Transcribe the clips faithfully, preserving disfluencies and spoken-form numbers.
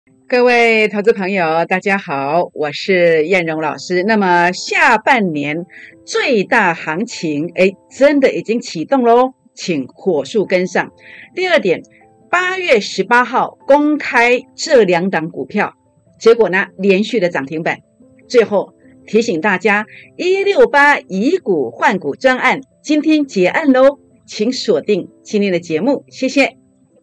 各位投资朋友，大家好，我是燕荣老师。那么下半年最大行情，诶，真的已经启动咯，请火速跟上。第二点，八月十八号公开这两档股票，结果呢连续的涨停板。最后提醒大家，一六八以股换股专案今天结案咯，请锁定今天的节目，谢谢。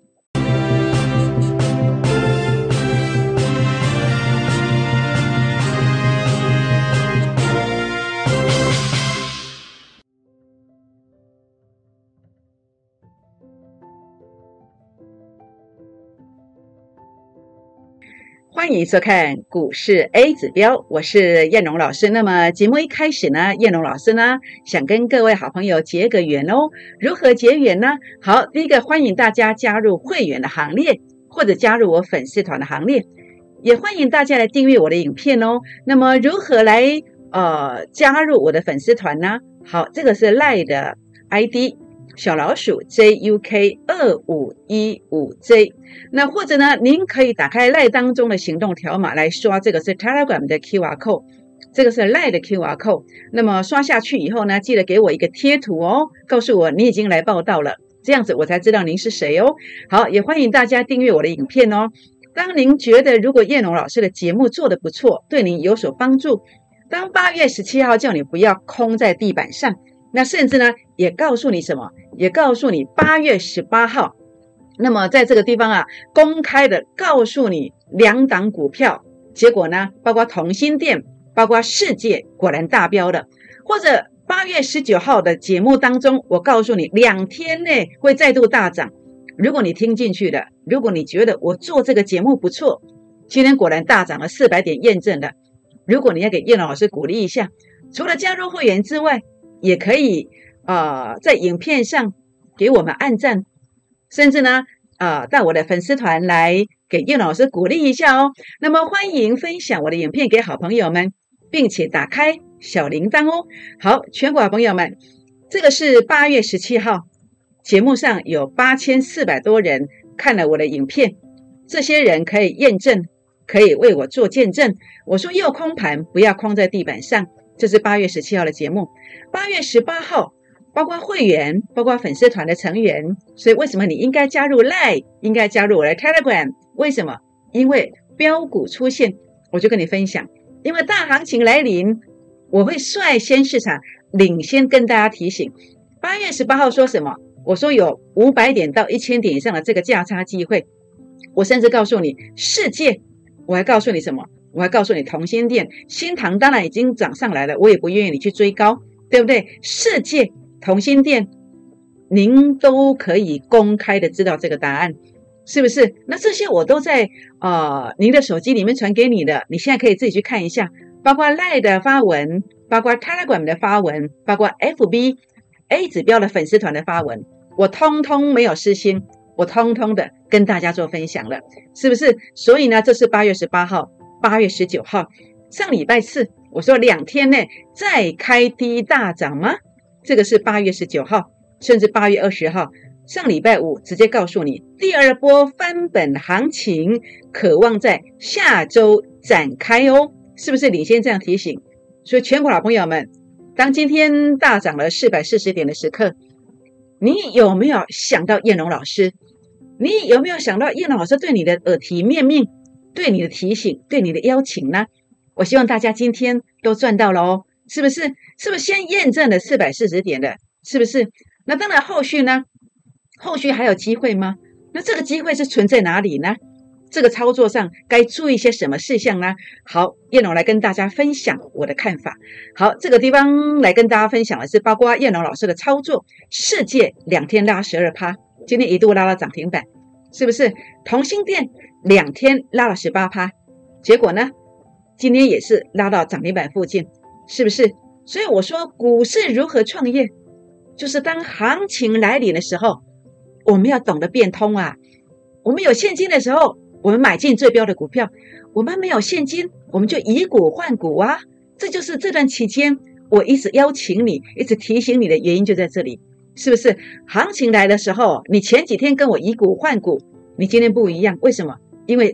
欢迎收看股市 A 指标，我是燕荣老师。那么节目一开始呢，燕荣老师呢想跟各位好朋友结个缘哦。如何结缘呢？好，第一个欢迎大家加入会员的行列，或者加入我粉丝团的行列，也欢迎大家来订阅我的影片哦。那么如何来呃加入我的粉丝团呢？好，这个是 LINE 的 I D。小老鼠 J U K 二五一五 J， 那或者呢，您可以打开 LINE 当中的行动条码来刷，这个是 Telegram 的 Q R code， 这个是 LINE 的 Q R code。那么刷下去以后呢，记得给我一个贴图哦，告诉我你已经来报到了，这样子我才知道您是谁哦。好，也欢迎大家订阅我的影片哦。当您觉得如果燕荣老师的节目做得不错，对您有所帮助，当八月十七号叫你不要空在地板上，那甚至呢也告诉你什么，也告诉你八月十八号，那么在这个地方啊公开的告诉你两档股票，结果呢包括同心店，包括世界果然大飙的，或者八月十九号的节目当中我告诉你两天内会再度大涨。如果你听进去了，如果你觉得我做这个节目不错，今天果然大涨了四百点验证的，如果你要给燕老师鼓励一下，除了加入会员之外，也可以呃在影片上给我们按赞，甚至呢呃到我的粉丝团来给燕老师鼓励一下哦。那么欢迎分享我的影片给好朋友们，并且打开小铃铛哦。好，全国好朋友们，这个是八月十七号，节目上有八千四百多人看了我的影片，这些人可以验证，可以为我做见证。我说右空盘不要空在地板上，这是八月十七号的节目。八月十八号包括会员，包括粉丝团的成员，所以为什么你应该加入 LINE， 应该加入我的 Telegram？ 为什么？因为标股出现，我就跟你分享，因为大行情来临，我会率先市场，领先跟大家提醒。八月十八号说什么？我说有五百点到一千点以上的这个价差机会，我甚至告诉你世界，我还告诉你什么？我还告诉你同心店，新唐当然已经涨上来了，我也不愿意你去追高，对不对？世界同心店您都可以公开的知道这个答案，是不是？那这些我都在呃您的手机里面传给你的，你现在可以自己去看一下，包括 LINE 的发文，包括 Telegram 的发文，包括 F B A 指标的粉丝团的发文，我通通没有私心，我通通的跟大家做分享了，是不是？所以呢，这是八月十八号，八月十九号，上礼拜四我说两天内再开低大涨吗？这个是八月十九号，甚至八月二十号，上礼拜五直接告诉你，第二波翻本行情可望在下周展开哦，是不是领先这样提醒？所以全国老朋友们，当今天大涨了四百四十点的时刻，你有没有想到燕荣老师？你有没有想到燕荣老师对你的耳提面命，对你的提醒，对你的邀请呢？我希望大家今天都赚到了哦，是不是？是不是先验证了四百四十点的？是不是？那当然后续呢？后续还有机会吗？那这个机会是存在哪里呢？这个操作上该注意些什么事项呢？好，燕龙来跟大家分享我的看法。好，这个地方来跟大家分享的是包括燕龙老师的操作，世界两天拉 百分之十二， 今天一度拉到涨停板，是不是？同心店两天拉了 百分之十八， 结果呢今天也是拉到涨停板附近，是不是？所以我说股市如何创业，就是当行情来临的时候，我们要懂得变通啊。我们有现金的时候，我们买进最标的股票，我们没有现金，我们就以股换股啊。这就是这段期间我一直邀请你，一直提醒你的原因就在这里，是不是？行情来的时候，你前几天跟我以股换股，你今天不一样，为什么？因为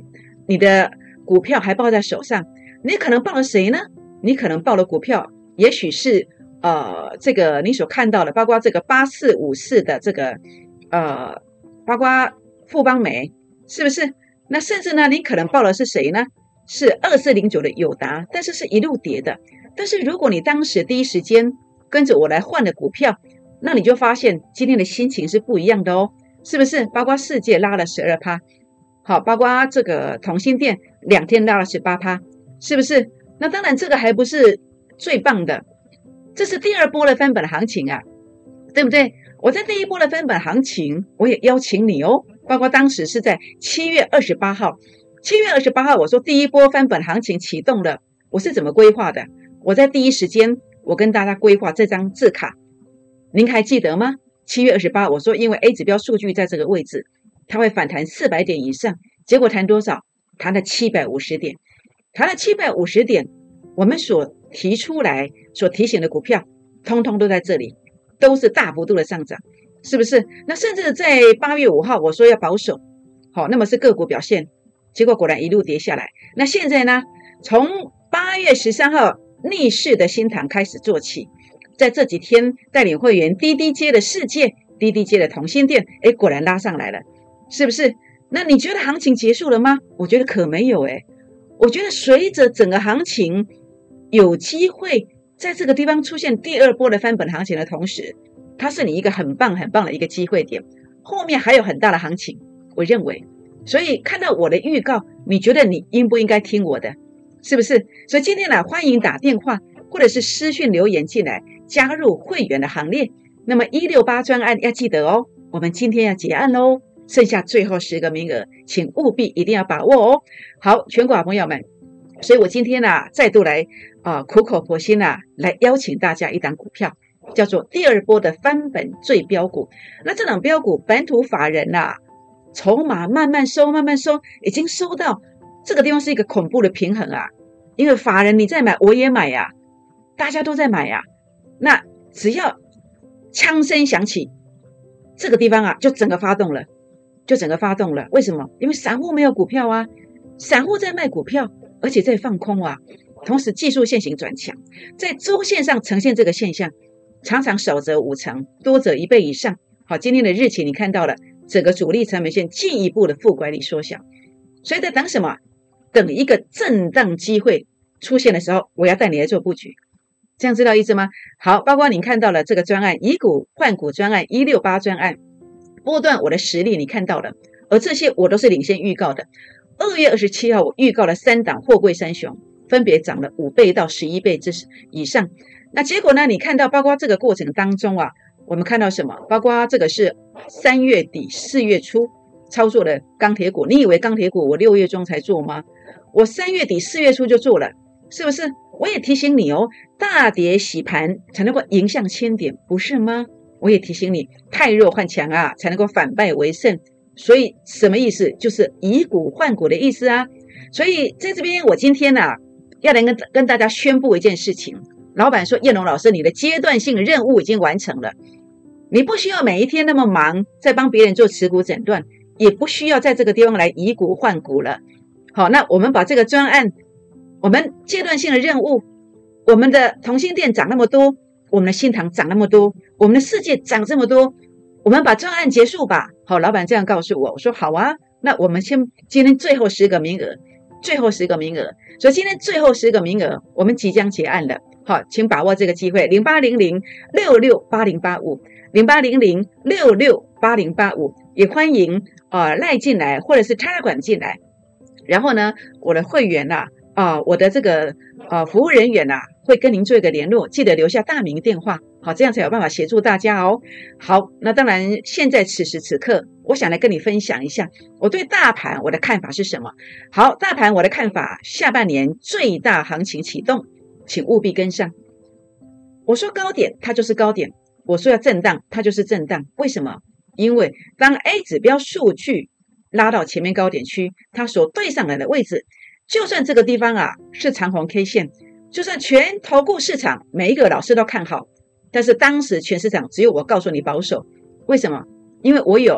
你的股票还抱在手上，你可能抱了谁呢？你可能抱了股票，也许是呃这个你所看到的，包括这个八四五四的这个呃，包括富邦美，是不是？那甚至呢，你可能抱的是谁呢？是二四零九的友达，但是是一路跌的。但是如果你当时第一时间跟着我来换的股票，那你就发现今天的心情是不一样的哦，是不是？包括世界拉了 百分之十二， 好，包括这个同心店两天拉了 百分之十八， 是不是？那当然这个还不是最棒的，这是第二波的翻本行情啊，对不对？我在第一波的翻本行情，我也邀请你哦，包括当时是在七月二十八号，七月二十八号我说第一波翻本行情启动了，我是怎么规划的？我在第一时间我跟大家规划这张字卡，您还记得吗？七月二十八我说因为 A 指标数据在这个位置，它会反弹四百点以上，结果弹多少？弹了七百五十点，弹了七百五十点，我们所提出来所提醒的股票通通都在这里，都是大幅度的上涨，是不是？那甚至在八月五号我说要保守，好，那么是个股表现，结果果然一路跌下来。那现在呢，从八月十三号逆势的新塘开始做起，在这几天带领会员滴滴接的世界，滴滴接的同心店，诶，果然拉上来了，是不是？那你觉得行情结束了吗？我觉得可没有诶，我觉得随着整个行情有机会在这个地方出现第二波的翻本行情的同时，它是你一个很棒很棒的一个机会点，后面还有很大的行情，我认为。所以看到我的预告，你觉得你应不应该听我的？是不是？所以今天呢，欢迎打电话或者是私讯留言进来，加入会员的行列。那么一六八专案要记得哦，我们今天要结案哦，剩下最后十个名额，请务必一定要把握哦。好，全国好朋友们，所以我今天呢、啊，再度来啊、呃、苦口婆心啊，来邀请大家一档股票，叫做第二波的翻本最标股。那这档标股，本土法人啊，筹码慢慢收，慢慢收，已经收到这个地方是一个恐怖的平衡啊。因为法人你在买，我也买呀、啊，大家都在买呀、啊。那只要枪声响起，这个地方啊，就整个发动了，就整个发动了。为什么？因为散户没有股票啊，散户在卖股票，而且在放空啊。同时技术线型转强，在周线上呈现这个现象，常常少则五成，多则一倍以上。好，今天的日期你看到了，整个主力成本线进一步的负拐力缩小，所以在等什么？等一个震荡机会出现的时候，我要带你来做布局，这样知道意思吗？好，包括你看到了这个专案，以股换股专案，一六八专案，波段我的实力你看到了，而这些我都是领先预告的。二月二十七号我预告了三档货柜三雄，分别涨了五倍到十一倍之以上。那结果呢？你看到包括这个过程当中啊，我们看到什么？包括这个是三月底四月初操作的钢铁股，你以为钢铁股我六月中才做吗？我三月底四月初就做了，是不是？我也提醒你哦，大跌洗盘才能够迎向千点，不是吗？我也提醒你，太弱换强啊，才能够反败为胜。所以什么意思？就是以股换股的意思啊。所以在这边，我今天啊，要来跟跟大家宣布一件事情。老板说，燕龙老师，你的阶段性任务已经完成了，你不需要每一天那么忙，在帮别人做持股诊断，也不需要在这个地方来以股换股了。好，那我们把这个专案，我们阶段性的任务，我们的同心店涨那么多，我们的新塘涨那么多，我们的世界涨这么多，我们把专案结束吧。好，老板这样告诉我，我说好啊，那我们先今天最后十个名额，最后十个名额，所以今天最后十个名额，我们即将结案了。好，请把握这个机会，零八零零六六八零八五，零八零零六六八零八五，也欢迎呃赖进来，或者是 Telegram 进来。然后呢，我的会员呐、啊，啊、呃，我的这个呃服务人员呐、啊，会跟您做一个联络，记得留下大名电话，好，这样才有办法协助大家哦。好，那当然，现在此时此刻，我想来跟你分享一下我对大盘我的看法是什么。好，大盘我的看法，下半年最大行情启动，请务必跟上。我说高点，它就是高点；我说要震荡，它就是震荡。为什么？因为当 A 指标数据拉到前面高点区，它所对上来的位置，就算这个地方啊是长红 K 线，就算全投顾市场每一个老师都看好，但是当时全市场只有我告诉你保守。为什么？因为我有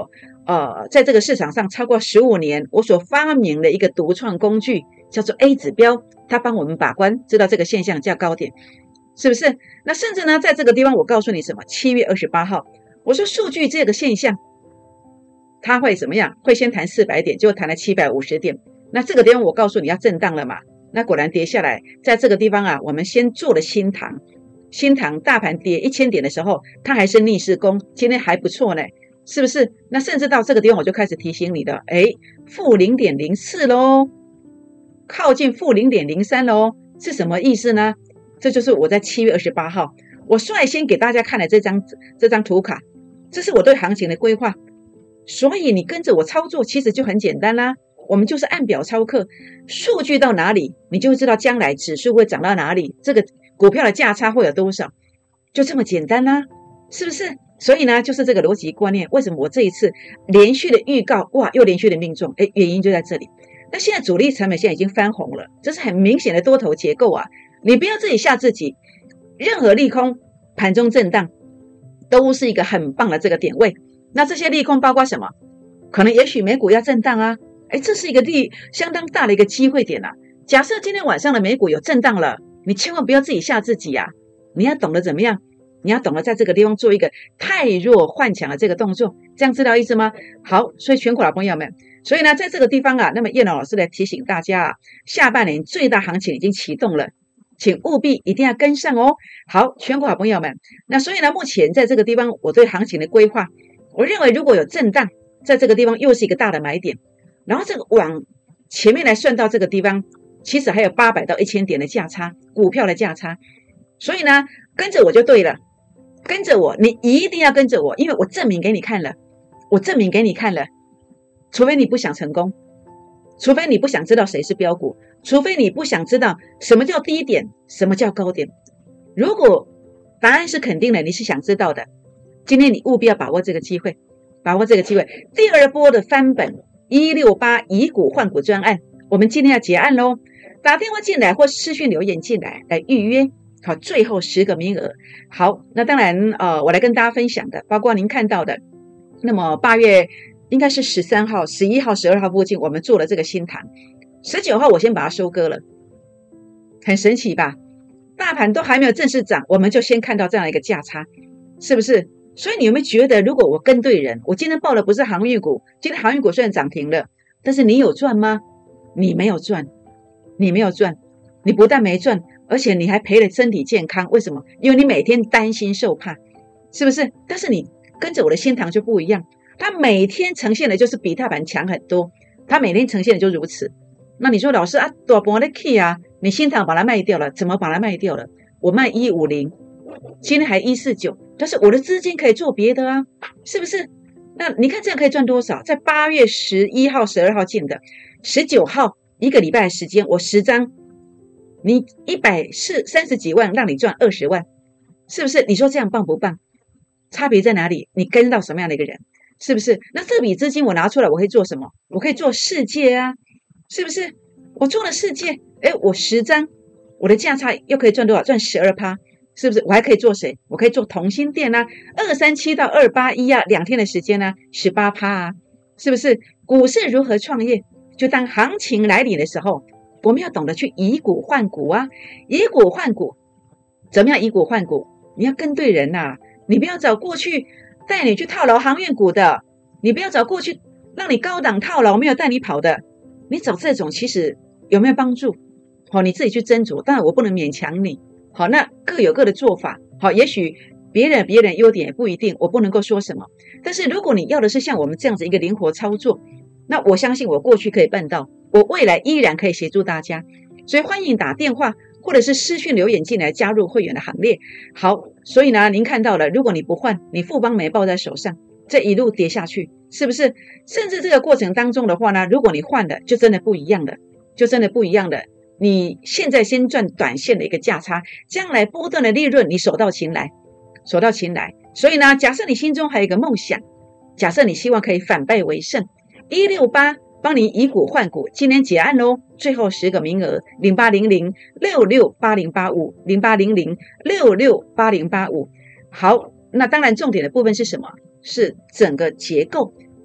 呃，在这个市场上超过十五年，我所发明的一个独创工具叫做 A 指标，它帮我们把关，知道这个现象叫高点，是不是？那甚至呢，在这个地方我告诉你什么？七月二十八号，我说数据这个现象，它会怎么样？会先弹四百点，结果弹了七百五十点。那这个地方我告诉你要震荡了嘛？那果然跌下来，在这个地方啊，我们先做了新塘，新塘大盘跌一千点的时候，它还是逆势攻，今天还不错呢。是不是？那甚至到这个地方我就开始提醒你的，诶，负 零点零四 咯，靠近负 零点零三 咯，是什么意思呢？这就是我在七月二十八号我率先给大家看的这张这张图卡，这是我对行情的规划。所以你跟着我操作其实就很简单啦，我们就是按表操课，数据到哪里你就会知道将来指数会涨到哪里，这个股票的价差会有多少，就这么简单啦，是不是？所以呢，就是这个逻辑观念。为什么我这一次连续的预告，哇，又连续的命中？诶，原因就在这里。那现在主力成本现在已经翻红了，这是很明显的多头结构啊！你不要自己吓自己，任何利空盘中震荡都是一个很棒的这个点位。那这些利空包括什么？可能也许美股要震荡啊，诶，这是一个利相当大的一个机会点啊。假设今天晚上的美股有震荡了，你千万不要自己吓自己啊！你要懂得怎么样？你要懂得在这个地方做一个太弱换强的这个动作，这样知道意思吗？好，所以全国老朋友们，所以呢，在这个地方啊，那么叶老师来提醒大家啊，下半年最大行情已经启动了，请务必一定要跟上哦。好，全国好朋友们，那所以呢，目前在这个地方我对行情的规划，我认为如果有震荡，在这个地方又是一个大的买点，然后这个往前面来算到这个地方，其实还有八百到一千点的价差，股票的价差，所以呢，跟着我就对了。跟着我，你一定要跟着我，因为我证明给你看了，我证明给你看了。除非你不想成功，除非你不想知道谁是标股，除非你不想知道什么叫低点，什么叫高点。如果答案是肯定的，你是想知道的，今天你务必要把握这个机会，把握这个机会。第二波的翻本一六八以股换股专案，我们今天要结案咯，打电话进来或私讯留言进来来预约。好，最后十个名额。好，那当然呃，我来跟大家分享的，包括您看到的，那么八月应该是十三号、十一号、十二号附近，我们做了这个新塘。十九号我先把它收割了，很神奇吧？大盘都还没有正式涨，我们就先看到这样一个价差，是不是？所以你有没有觉得，如果我跟对人，我今天报的不是航运股，今天航运股虽然涨停了，但是你有赚吗？你没有赚，你没有赚，你不但没赚，而且你还赔了身体健康，为什么？因为你每天担心受怕，是不是？但是你跟着我的新塘就不一样，它每天呈现的就是比大盘强很多，它每天呈现的就如此。那你说老师啊，大盘在起啊，你新塘把它卖掉了，怎么把它卖掉了？我卖一五零，今天还一四九，但是我的资金可以做别的啊，是不是？那你看这样可以赚多少？在八月十一号、十二号进的，十九号一个礼拜的时间，我十张。你一百三十几万让你赚二十万，是不是？你说这样棒不棒？差别在哪里？你跟到什么样的一个人，是不是？那这笔资金我拿出来，我可以做什么？我可以做世界啊，是不是？我做了世界，诶，我十张，我的价差又可以赚多少？赚 百分之十二， 是不是？我还可以做谁？我可以做同心店啊，二三七到二八一啊，两天的时间啊 ，百分之十八 啊，是不是？股市如何创业？就当行情来临的时候，我们要懂得去以股换股啊，以股换股，怎么样以股换股？你要跟对人啊，你不要找过去带你去套牢航运股的，你不要找过去让你高档套牢没有带你跑的，你找这种其实有没有帮助？好，你自己去斟酌，当然我不能勉强你。好，那各有各的做法。好，也许别人别人优点也不一定，我不能够说什么。但是如果你要的是像我们这样子一个灵活操作，那我相信我过去可以办到，我未来依然可以协助大家，所以欢迎打电话或者是私讯留言进来加入会员的行列。好，所以呢，您看到了，如果你不换，你富邦没抱在手上，这一路跌下去，是不是？甚至这个过程当中的话呢，如果你换了，就真的不一样了，就真的不一样了。你现在先赚短线的一个价差，将来波段的利润你手到擒来，手到擒来。所以呢，假设你心中还有一个梦想，假设你希望可以反败为胜，一六八帮你以股换股，今天结案咯，最后十个名额，零八零零六六八零八五 零八零零六六八零八五。好，那当然重点的部分是什么？是整个结构，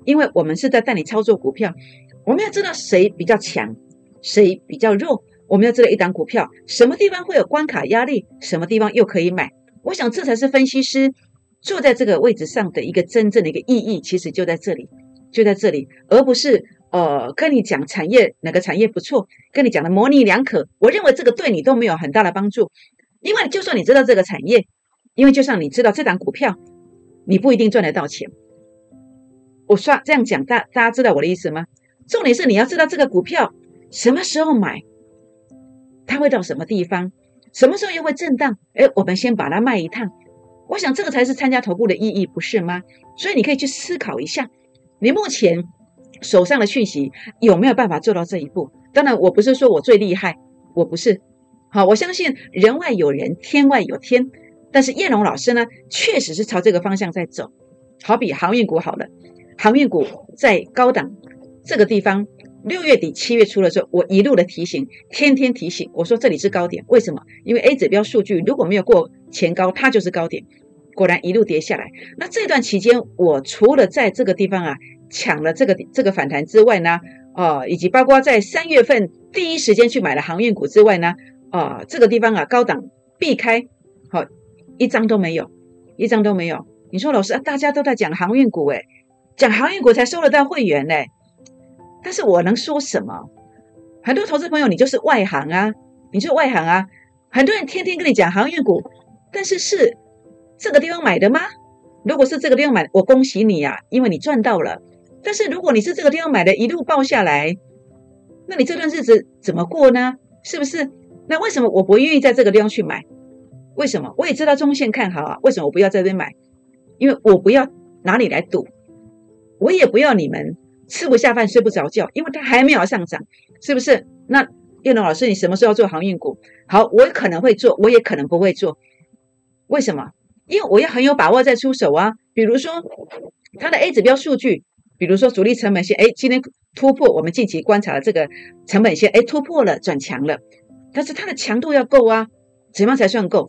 因为我们是在带你操作股票，我们要知道谁比较强，谁比较弱，我们要知道一档股票什么地方会有关卡压力，什么地方又可以买。我想这才是分析师坐在这个位置上的一个真正的一个意义，其实就在这里，就在这里，而不是呃跟你讲产业哪个产业不错，跟你讲的模棱两可。我认为这个对你都没有很大的帮助，因为就算你知道这个产业，因为就算你知道这档股票，你不一定赚得到钱。我说这样讲，大大家知道我的意思吗？重点是你要知道这个股票什么时候买，它会到什么地方，什么时候又会震荡，诶，我们先把它卖一趟。我想这个才是参加投顾的意义，不是吗？所以你可以去思考一下，你目前手上的讯息有没有办法做到这一步。当然我不是说我最厉害，我不是。好，我相信人外有人，天外有天，但是燕龙老师呢确实是朝这个方向在走。好比航运股好了，航运股在高档这个地方，六月底七月初的时候，我一路的提醒，天天提醒，我说这里是高点。为什么？因为 A 指标数据如果没有过前高，它就是高点。果然一路跌下来。那这段期间，我除了在这个地方啊抢了这个这个反弹之外呢，呃，以及包括在三月份第一时间去买了航运股之外呢，呃，这个地方啊高档避开，好、哦、一张都没有，一张都没有。你说老师啊，大家都在讲航运股，诶，讲航运股才收得到会员嘞。但是我能说什么？很多投资朋友你就是外行啊，你就是外行啊。很多人天天跟你讲航运股，但是是这个地方买的吗？如果是这个地方买的，我恭喜你啊，因为你赚到了。但是如果你是这个地方买的，一路爆下来，那你这段日子怎么过呢？是不是？那为什么我不愿意在这个地方去买？为什么？我也知道中线看好啊，为什么我不要在这边买？因为我不要哪里来赌，我也不要你们吃不下饭睡不着觉，因为它还没有上涨，是不是？那燕龙老师，你什么时候要做航运股？好，我可能会做，我也可能不会做。为什么？因为我要很有把握再出手啊。比如说它的 A 指标数据，比如说主力成本线，诶，今天突破我们近期观察的这个成本线，诶，突破了，转强了，但是它的强度要够啊，怎样才算够？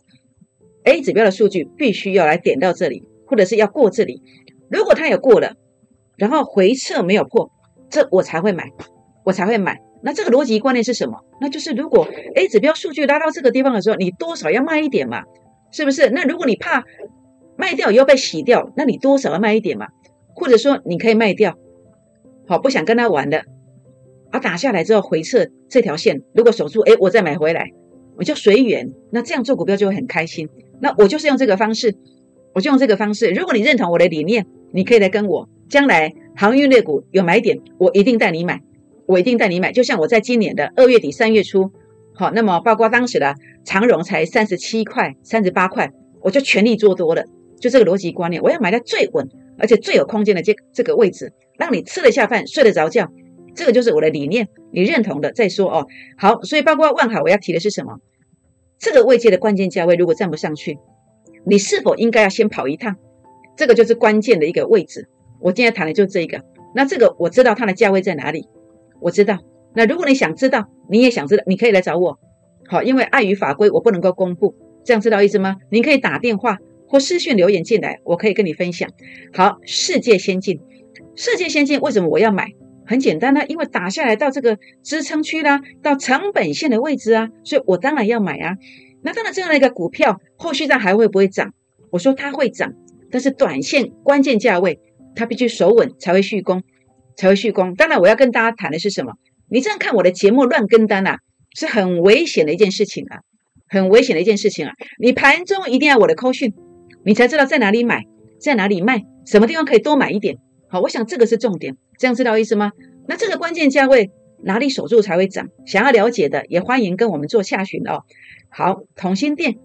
A 指标的数据必须要来点到这里，或者是要过这里。如果它有过了，然后回撤没有破，这我才会买，我才会买。那这个逻辑观念是什么？那就是如果 A 指标数据拉到这个地方的时候，你多少要卖一点嘛，是不是？那如果你怕卖掉又被洗掉，那你多少要卖一点嘛，或者说你可以卖掉，好，不想跟他玩了啊，打下来之后回撤这条线，如果守住，诶，我再买回来，我就随缘。那这样做股票就会很开心。那我就是用这个方式，我就用这个方式。如果你认同我的理念，你可以来跟我。将来航运类股有买点，我一定带你买，我一定带你买。就像我在今年的二月底三月初，好，那么包括当时的长荣才三十七块、三十八块，我就全力做多了。就这个逻辑观念，我要买在最稳而且最有空间的这这个位置，让你吃得下饭、睡得着觉。这个就是我的理念，你认同的再说哦。好，所以包括万海，我要提的是什么？这个位阶的关键价位如果站不上去，你是否应该要先跑一趟？这个就是关键的一个位置。我今天谈的就是这个。那这个我知道它的价位在哪里，我知道。那如果你想知道，你也想知道，你可以来找我。好，因为碍于法规，我不能够公布，这样知道意思吗？你可以打电话或私讯留言进来，我可以跟你分享。好，世界先进，世界先进为什么我要买？很简单啊，因为打下来到这个支撑区啦，到成本线的位置啊，所以我当然要买啊。那当然这样的一个股票，后续上还会不会涨？我说它会涨，但是短线关键价位，它必须守稳才会续攻，才会续攻。当然我要跟大家谈的是什么？你这样看我的节目乱跟单啊，是很危险的一件事情啊，很危险的一件事情啊。你盘中一定要我的扣讯，你才知道在哪里买，在哪里卖，什么地方可以多买一点。好，我想这个是重点，这样知道意思吗？那这个关键价位哪里守住才会涨？想要了解的也欢迎跟我们做下询哦。好，同心店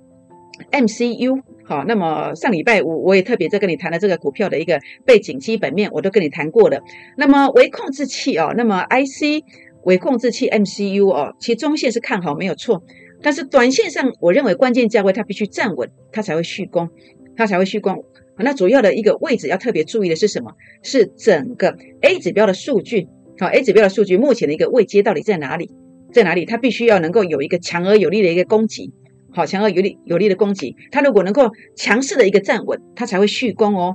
M C U， 好，那么上礼拜五我也特别在跟你谈了这个股票的一个背景基本面，我都跟你谈过了。那么微控制器哦，那么 I C 微控制器 M C U 哦，其实中线是看好没有错，但是短线上我认为关键价位它必须站稳，它才会续攻，它才会续攻。那主要的一个位置要特别注意的是什么？是整个 A 指标的数据。好 ，A 指标的数据目前的一个位阶到底在哪里？在哪里？它必须要能够有一个强而有力的一个攻击。好，强而有力有力的攻击，它如果能够强势的一个站稳，它才会续攻哦。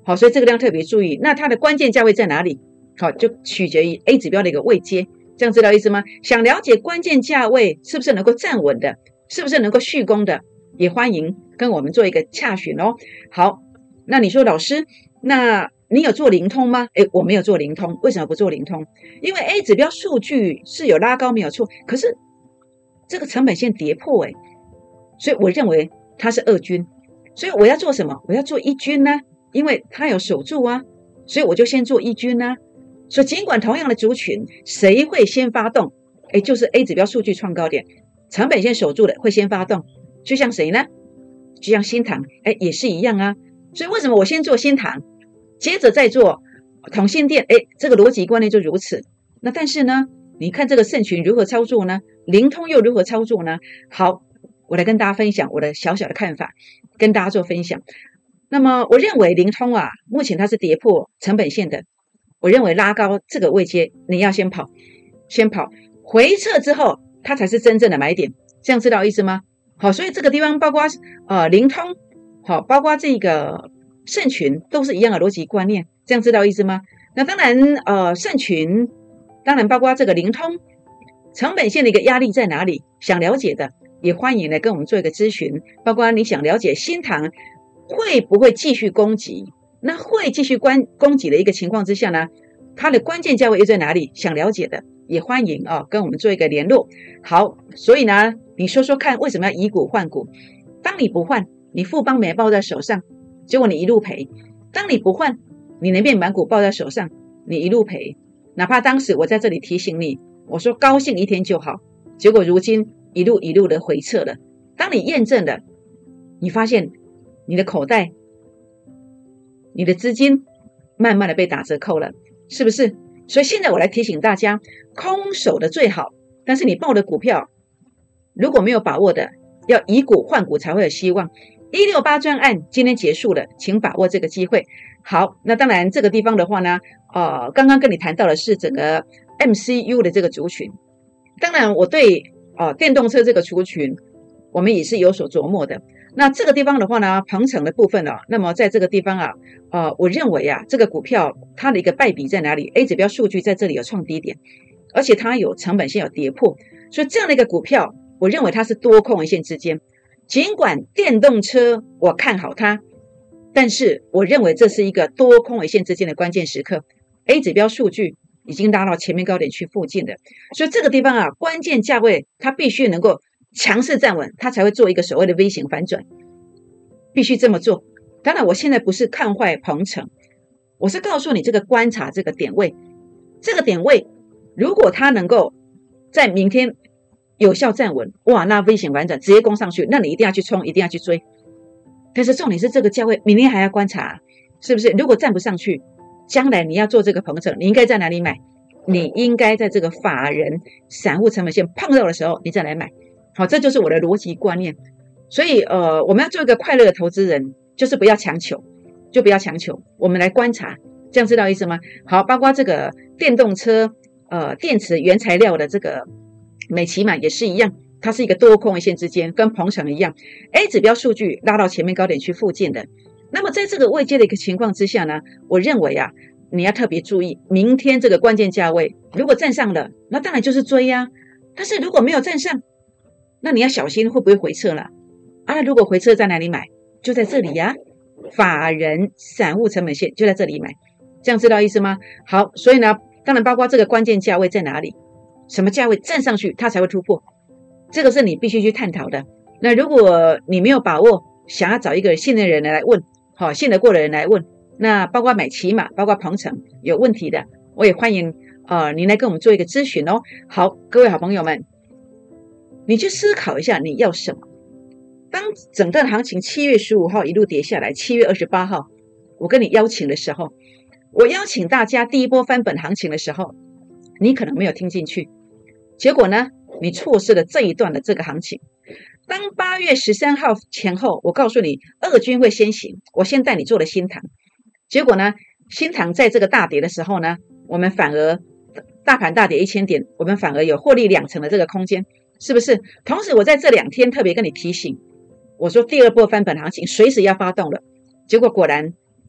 好，所以这个地方特别注意。那它的关键价位在哪里？好，就取决于 A 指标的一个位阶，这样知道意思吗？想了解关键价位是不是能够站稳的，是不是能够续攻的，也欢迎跟我们做一个洽询哦。好，那你说老师，那你有做灵通吗？诶，我没有做灵通，为什么不做灵通？因为 A 指标数据是有拉高没有错，可是这个成本线跌破诶，所以我认为它是二军，所以我要做什么？我要做一军呢、啊，因为它有守住啊，所以我就先做一军啊。所以尽管同样的族群，谁会先发动？诶，就是 A 指标数据创高点，成本线守住的会先发动，就像谁呢？就像新唐，诶，也是一样啊。所以为什么我先做新唐，接着再做统信电？诶，这个逻辑观念就如此。那但是呢，你看这个盛群如何操作呢？灵通又如何操作呢？好，我来跟大家分享我的小小的看法，跟大家做分享。那么我认为灵通啊，目前它是跌破成本线的，我认为拉高这个位阶，你要先跑，先跑，回撤之后，它才是真正的买点，这样知道意思吗？好，所以这个地方包括呃灵通，好，包括这个盛群，都是一样的逻辑观念，这样知道意思吗？那当然，呃，盛群，当然包括这个灵通，成本线的一个压力在哪里？想了解的也欢迎来跟我们做一个咨询，包括你想了解新唐会不会继续攻击？那会继续关攻击的一个情况之下呢，它的关键价位又在哪里？想了解的也欢迎啊、哦，跟我们做一个联络。好，所以呢，你说说看，为什么要以股换股？当你不换，你富邦美抱在手上，结果你一路赔；当你不换，你能面板股抱在手上，你一路赔。哪怕当时我在这里提醒你，我说高兴一天就好，结果如今一路一路的回撤了。当你验证了，你发现你的口袋。你的资金慢慢的被打折扣了，是不是？所以现在我来提醒大家，空手的最好，但是你报的股票如果没有把握的，要以股换股才会有希望。一六八专案今天结束了，请把握这个机会。好，那当然这个地方的话呢，呃，刚刚跟你谈到的是整个 M C U 的这个族群，当然我对呃电动车这个族群，我们也是有所琢磨的。那这个地方的话呢，鹏程的部分啊，那么在这个地方啊，呃，我认为啊，这个股票它的一个败笔在哪里 ？A 指标数据在这里有创低点，而且它有成本线有跌破，所以这样的一个股票，我认为它是多空一线之间。尽管电动车我看好它，但是我认为这是一个多空一线之间的关键时刻。A 指标数据已经拉到前面高点区附近的，所以这个地方啊，关键价位它必须能够强势站稳，它才会做一个所谓的 V 型反转，必须这么做。当然我现在不是看坏鹏程，我是告诉你这个观察这个点位，这个点位如果它能够在明天有效站稳，哇，那 V 型反转直接攻上去，那你一定要去冲，一定要去追。但是重点是这个价位明天还要观察，是不是？如果站不上去，将来你要做这个鹏程，你应该在哪里买？你应该在这个法人散户成本线碰到的时候你再来买。好，这就是我的逻辑观念。所以呃，我们要做一个快乐的投资人，就是不要强求，就不要强求，我们来观察，这样知道意思吗？好，包括这个电动车呃电池原材料的这个美骑马也是一样，它是一个多空一线之间，跟鹏程一样 ，A 指标数据拉到前面高点区附近的。那么在这个位阶的一个情况之下呢，我认为啊，你要特别注意，明天这个关键价位如果站上了，那当然就是追啊。但是如果没有站上，那你要小心会不会回撤了啊？如果回撤在哪里买？就在这里呀、啊，法人散户成本线就在这里买，这样知道意思吗？好，所以呢，当然包括这个关键价位在哪里，什么价位站上去它才会突破，这个是你必须去探讨的。那如果你没有把握，想要找一个信任的人来问，好，信得过的人来问，那包括买骑马，包括鹏程有问题的，我也欢迎呃您来跟我们做一个咨询哦。好，各位好朋友们，你去思考一下你要什么。当整段行情七月十五号一路跌下来，七月二十八号我跟你邀请的时候，我邀请大家第一波翻本行情的时候，你可能没有听进去，结果呢，你错失了这一段的这个行情。当八月十三号前后，我告诉你二军会先行，我先带你做了新唐，结果呢，新唐在这个大跌的时候呢，我们反而大盘大跌一千点，我们反而有获利两成的这个空间，是不是？同时我在这两天特别跟你提醒，我说第二波翻本行情随时要发动了，结果果然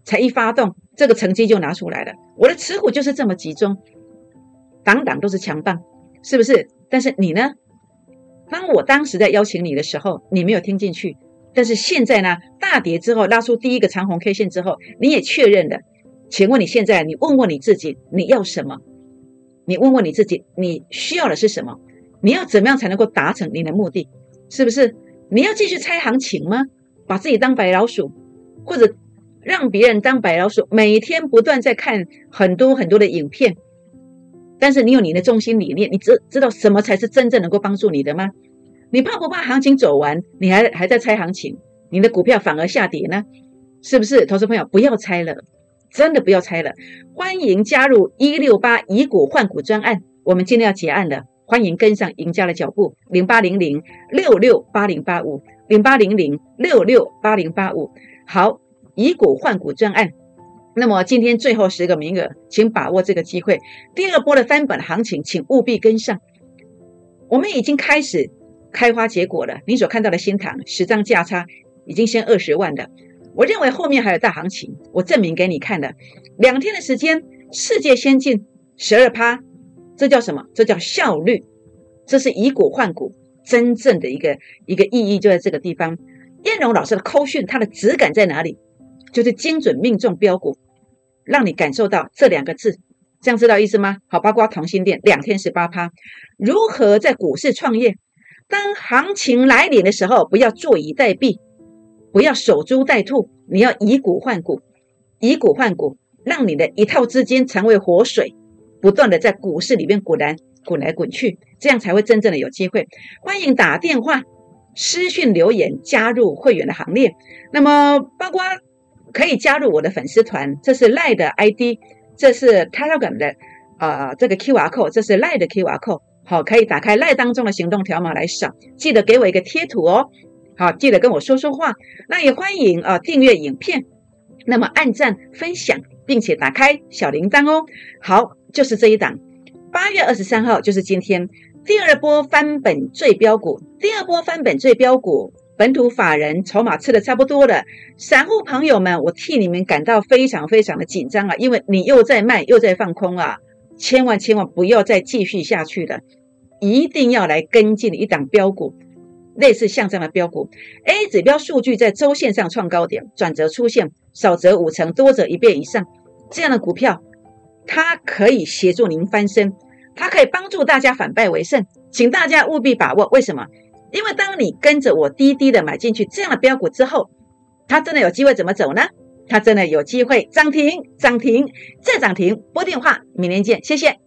才一发动，这个成绩就拿出来了。我的持股就是这么集中，档档都是强棒，是不是？但是你呢？当我当时在邀请你的时候，你没有听进去。但是现在呢，大跌之后拉出第一个长红 K 线之后，你也确认了。请问你现在，你问问你自己，你要什么？你问问你自己，你需要的是什么？你要怎么样才能够达成你的目的？是不是？你要继续猜行情吗？把自己当白老鼠，或者让别人当白老鼠，每天不断在看很多很多的影片，但是你有你的中心理念，你知知道什么才是真正能够帮助你的吗？你怕不怕行情走完，你还还在猜行情，你的股票反而下跌呢？是不是？投资朋友不要猜了，真的不要猜了。欢迎加入一六八以股换股专案，我们今天要结案了，欢迎跟上赢家的脚步，零八零零六六八零八五 零八零零六六八零八五。好，以股换股专案。那么今天最后十个名额，请把握这个机会。第二波的翻本行情，请务必跟上。我们已经开始开花结果了，你所看到的新塘十张价差已经先二十万了。我认为后面还有大行情，我证明给你看了。两天的时间，世界先进 百分之十二， 这叫什么？这叫效率，这是以股换股真正的一个一个意义，就在这个地方。燕荣老师的扣讯，它的质感在哪里？就是精准命中标股，让你感受到这两个字，这样知道意思吗？好，包括同心店两天 百分之十八， 如何在股市创业？当行情来临的时候，不要坐以待毙，不要守株待兔，你要以股换股，以股换股，让你的一套资金成为活水，不断的在股市里面滚来滚来滚去，这样才会真正的有机会。欢迎打电话、私讯留言加入会员的行列。那么包括可以加入我的粉丝团，这是 Line 的 I D， 这是 Telegram 的呃这个 Q R code， 这是 Line 的 Q R code。好，可以打开 Line 当中的行动条码来扫，记得给我一个贴图哦。好，记得跟我说说话。那也欢迎呃订阅影片，那么按赞分享，并且打开小铃铛哦。好，就是这一档，八月二十三号就是今天第二波翻本最标股，第二波翻本最标股。本土法人筹码吃的差不多了，散户朋友们，我替你们感到非常非常的紧张啊，因为你又在卖又在放空啊，千万千万不要再继续下去了，一定要来跟进一档标股，类似像这样的标股 A 指标数据在周线上创高点，转折出现，少则五成，多则一倍以上，这样的股票它可以协助您翻身，它可以帮助大家反败为胜，请大家务必把握。为什么？因为当你跟着我低低的买进去这样的标股之后，它真的有机会怎么走呢？它真的有机会涨停涨停再涨停。拨电话，明天见，谢谢。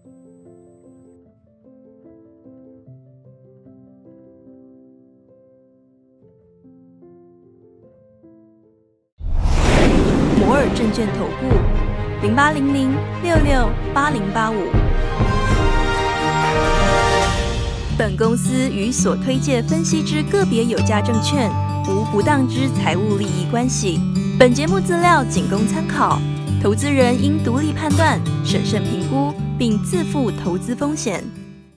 摩尔证券投顾零八零零六六八零八五。本公司与所推介分析之个别有价证券无不当之财务利益关系。本节目资料仅供参考，投资人应独立判断、审慎评估，并自负投资风险。